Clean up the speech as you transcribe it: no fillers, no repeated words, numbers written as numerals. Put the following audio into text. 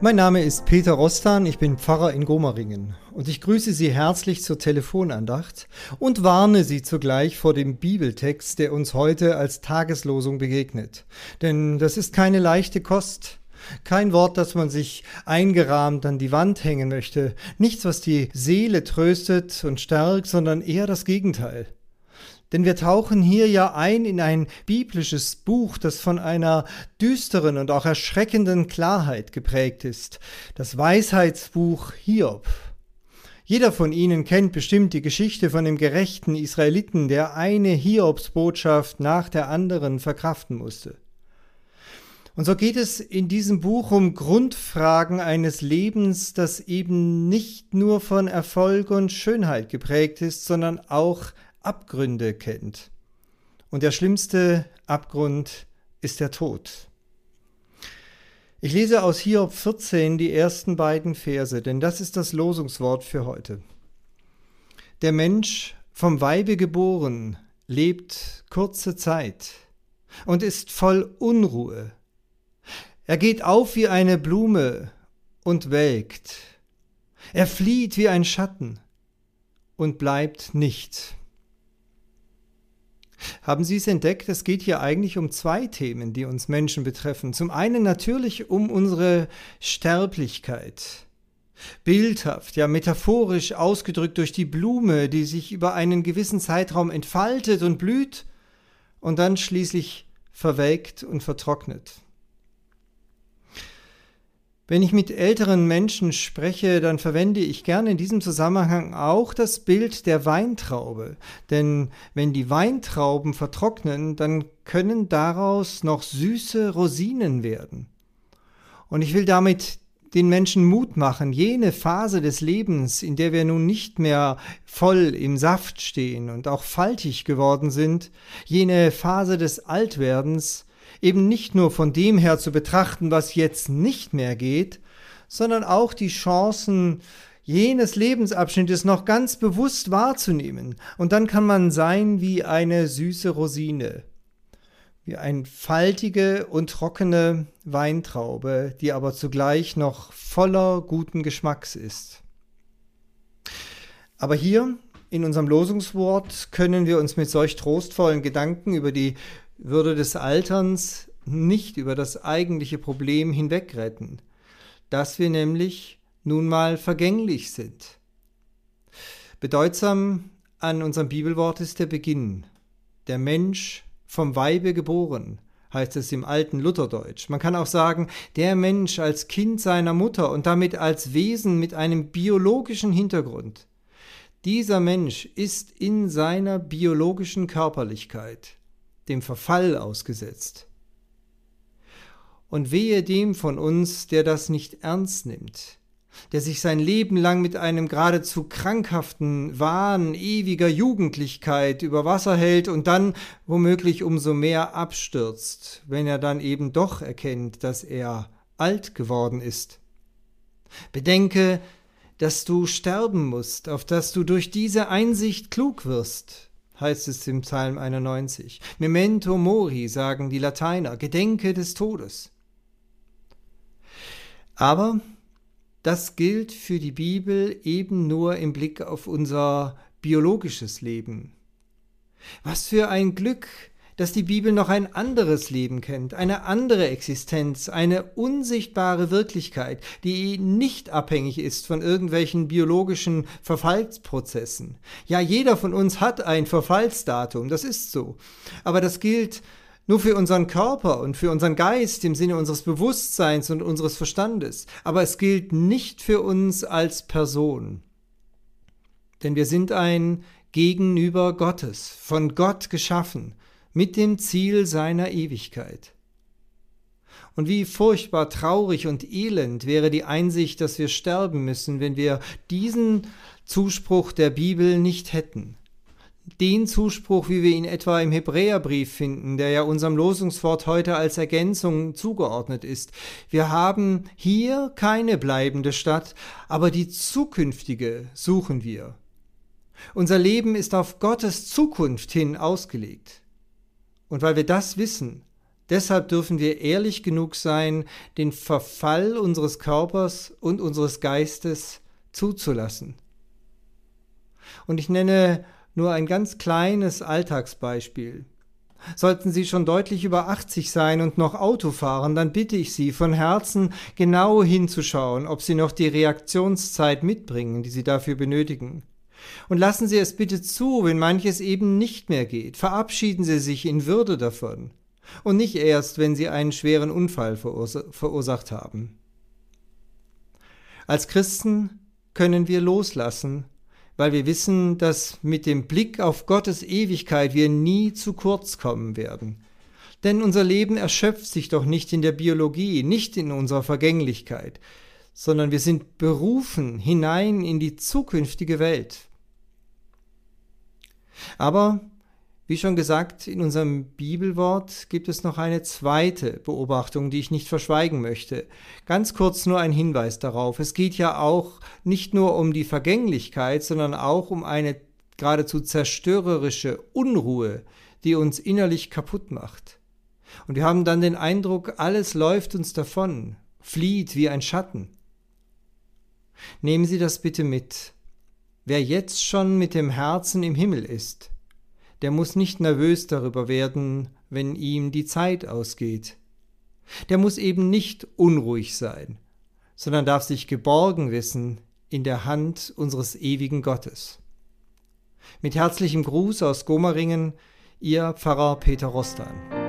Mein Name ist Peter Rostan, ich bin Pfarrer in Gomaringen und ich grüße Sie herzlich zur Telefonandacht und warne Sie zugleich vor dem Bibeltext, der uns heute als Tageslosung begegnet. Denn das ist keine leichte Kost, kein Wort, das man sich eingerahmt an die Wand hängen möchte, nichts, was die Seele tröstet und stärkt, sondern eher das Gegenteil. Denn wir tauchen hier ja ein in ein biblisches Buch, das von einer düsteren und auch erschreckenden Klarheit geprägt ist. Das Weisheitsbuch Hiob. Jeder von Ihnen kennt bestimmt die Geschichte von dem gerechten Israeliten, der eine Hiobsbotschaft nach der anderen verkraften musste. Und so geht es in diesem Buch um Grundfragen eines Lebens, das eben nicht nur von Erfolg und Schönheit geprägt ist, sondern auch Abgründe kennt. Und der schlimmste Abgrund ist der Tod. Ich lese aus Hiob 14 die ersten beiden Verse, denn das ist das Losungswort für heute. Der Mensch, vom Weibe geboren, lebt kurze Zeit und ist voll Unruhe. Er geht auf wie eine Blume und welkt. Er flieht wie ein Schatten und bleibt nicht. Haben Sie es entdeckt? Es geht hier eigentlich um zwei Themen, die uns Menschen betreffen. Zum einen natürlich um unsere Sterblichkeit. Bildhaft, ja metaphorisch ausgedrückt durch die Blume, die sich über einen gewissen Zeitraum entfaltet und blüht und dann schließlich verwelkt und vertrocknet. Wenn ich mit älteren Menschen spreche, dann verwende ich gerne in diesem Zusammenhang auch das Bild der Weintraube. Denn wenn die Weintrauben vertrocknen, dann können daraus noch süße Rosinen werden. Und ich will damit den Menschen Mut machen, jene Phase des Lebens, in der wir nun nicht mehr voll im Saft stehen und auch faltig geworden sind, jene Phase des Altwerdens, eben nicht nur von dem her zu betrachten, was jetzt nicht mehr geht, sondern auch die Chancen jenes Lebensabschnittes noch ganz bewusst wahrzunehmen. Und dann kann man sein wie eine süße Rosine, wie eine faltige und trockene Weintraube, die aber zugleich noch voller guten Geschmacks ist. Aber hier in unserem Losungswort können wir uns mit solch trostvollen Gedanken über die Würde des Alterns nicht über das eigentliche Problem hinwegretten, dass wir nämlich nun mal vergänglich sind. Bedeutsam an unserem Bibelwort ist der Beginn. Der Mensch vom Weibe geboren, heißt es im alten Lutherdeutsch. Man kann auch sagen, der Mensch als Kind seiner Mutter und damit als Wesen mit einem biologischen Hintergrund. Dieser Mensch ist in seiner biologischen Körperlichkeit dem Verfall ausgesetzt. Und wehe dem von uns, der das nicht ernst nimmt, der sich sein Leben lang mit einem geradezu krankhaften Wahn ewiger Jugendlichkeit über Wasser hält und dann womöglich umso mehr abstürzt, wenn er dann eben doch erkennt, dass er alt geworden ist. Bedenke, dass du sterben musst, auf dass du durch diese Einsicht klug wirst, heißt es im Psalm 91. Memento mori, sagen die Lateiner, Gedenke des Todes. Aber das gilt für die Bibel eben nur im Blick auf unser biologisches Leben. Was für ein Glück, dass die Bibel noch ein anderes Leben kennt, eine andere Existenz, eine unsichtbare Wirklichkeit, die nicht abhängig ist von irgendwelchen biologischen Verfallsprozessen. Ja, jeder von uns hat ein Verfallsdatum, das ist so. Aber das gilt nur für unseren Körper und für unseren Geist im Sinne unseres Bewusstseins und unseres Verstandes. Aber es gilt nicht für uns als Person. Denn wir sind ein Gegenüber Gottes, von Gott geschaffen, mit dem Ziel seiner Ewigkeit. Und wie furchtbar traurig und elend wäre die Einsicht, dass wir sterben müssen, wenn wir diesen Zuspruch der Bibel nicht hätten. Den Zuspruch, wie wir ihn etwa im Hebräerbrief finden, der ja unserem Losungswort heute als Ergänzung zugeordnet ist. Wir haben hier keine bleibende Stadt, aber die zukünftige suchen wir. Unser Leben ist auf Gottes Zukunft hin ausgelegt. Und weil wir das wissen, Deshalb dürfen wir ehrlich genug sein, den Verfall unseres Körpers und unseres Geistes zuzulassen. Und ich nenne nur ein ganz kleines Alltagsbeispiel. Sollten Sie schon deutlich über 80 sein und noch Auto fahren, dann bitte ich Sie von Herzen genau hinzuschauen, ob Sie noch die Reaktionszeit mitbringen, die Sie dafür benötigen. Und lassen Sie es bitte zu, wenn manches eben nicht mehr geht. Verabschieden Sie sich in Würde davon. Und nicht erst, wenn Sie einen schweren Unfall verursacht haben. Als Christen können wir loslassen, weil wir wissen, dass mit dem Blick auf Gottes Ewigkeit wir nie zu kurz kommen werden. Denn unser Leben erschöpft sich doch nicht in der Biologie, nicht in unserer Vergänglichkeit, sondern wir sind berufen hinein in die zukünftige Welt. Aber, wie schon gesagt, in unserem Bibelwort gibt es noch eine zweite Beobachtung, die ich nicht verschweigen möchte. Ganz kurz nur ein Hinweis darauf. Es geht ja auch nicht nur um die Vergänglichkeit, sondern auch um eine geradezu zerstörerische Unruhe, die uns innerlich kaputt macht. Und wir haben dann den Eindruck, alles läuft uns davon, flieht wie ein Schatten. Nehmen Sie das bitte mit. Wer jetzt schon mit dem Herzen im Himmel ist, der muss nicht nervös darüber werden, wenn ihm die Zeit ausgeht. Der muss eben nicht unruhig sein, sondern darf sich geborgen wissen in der Hand unseres ewigen Gottes. Mit herzlichem Gruß aus Gomaringen, Ihr Pfarrer Peter Rostan.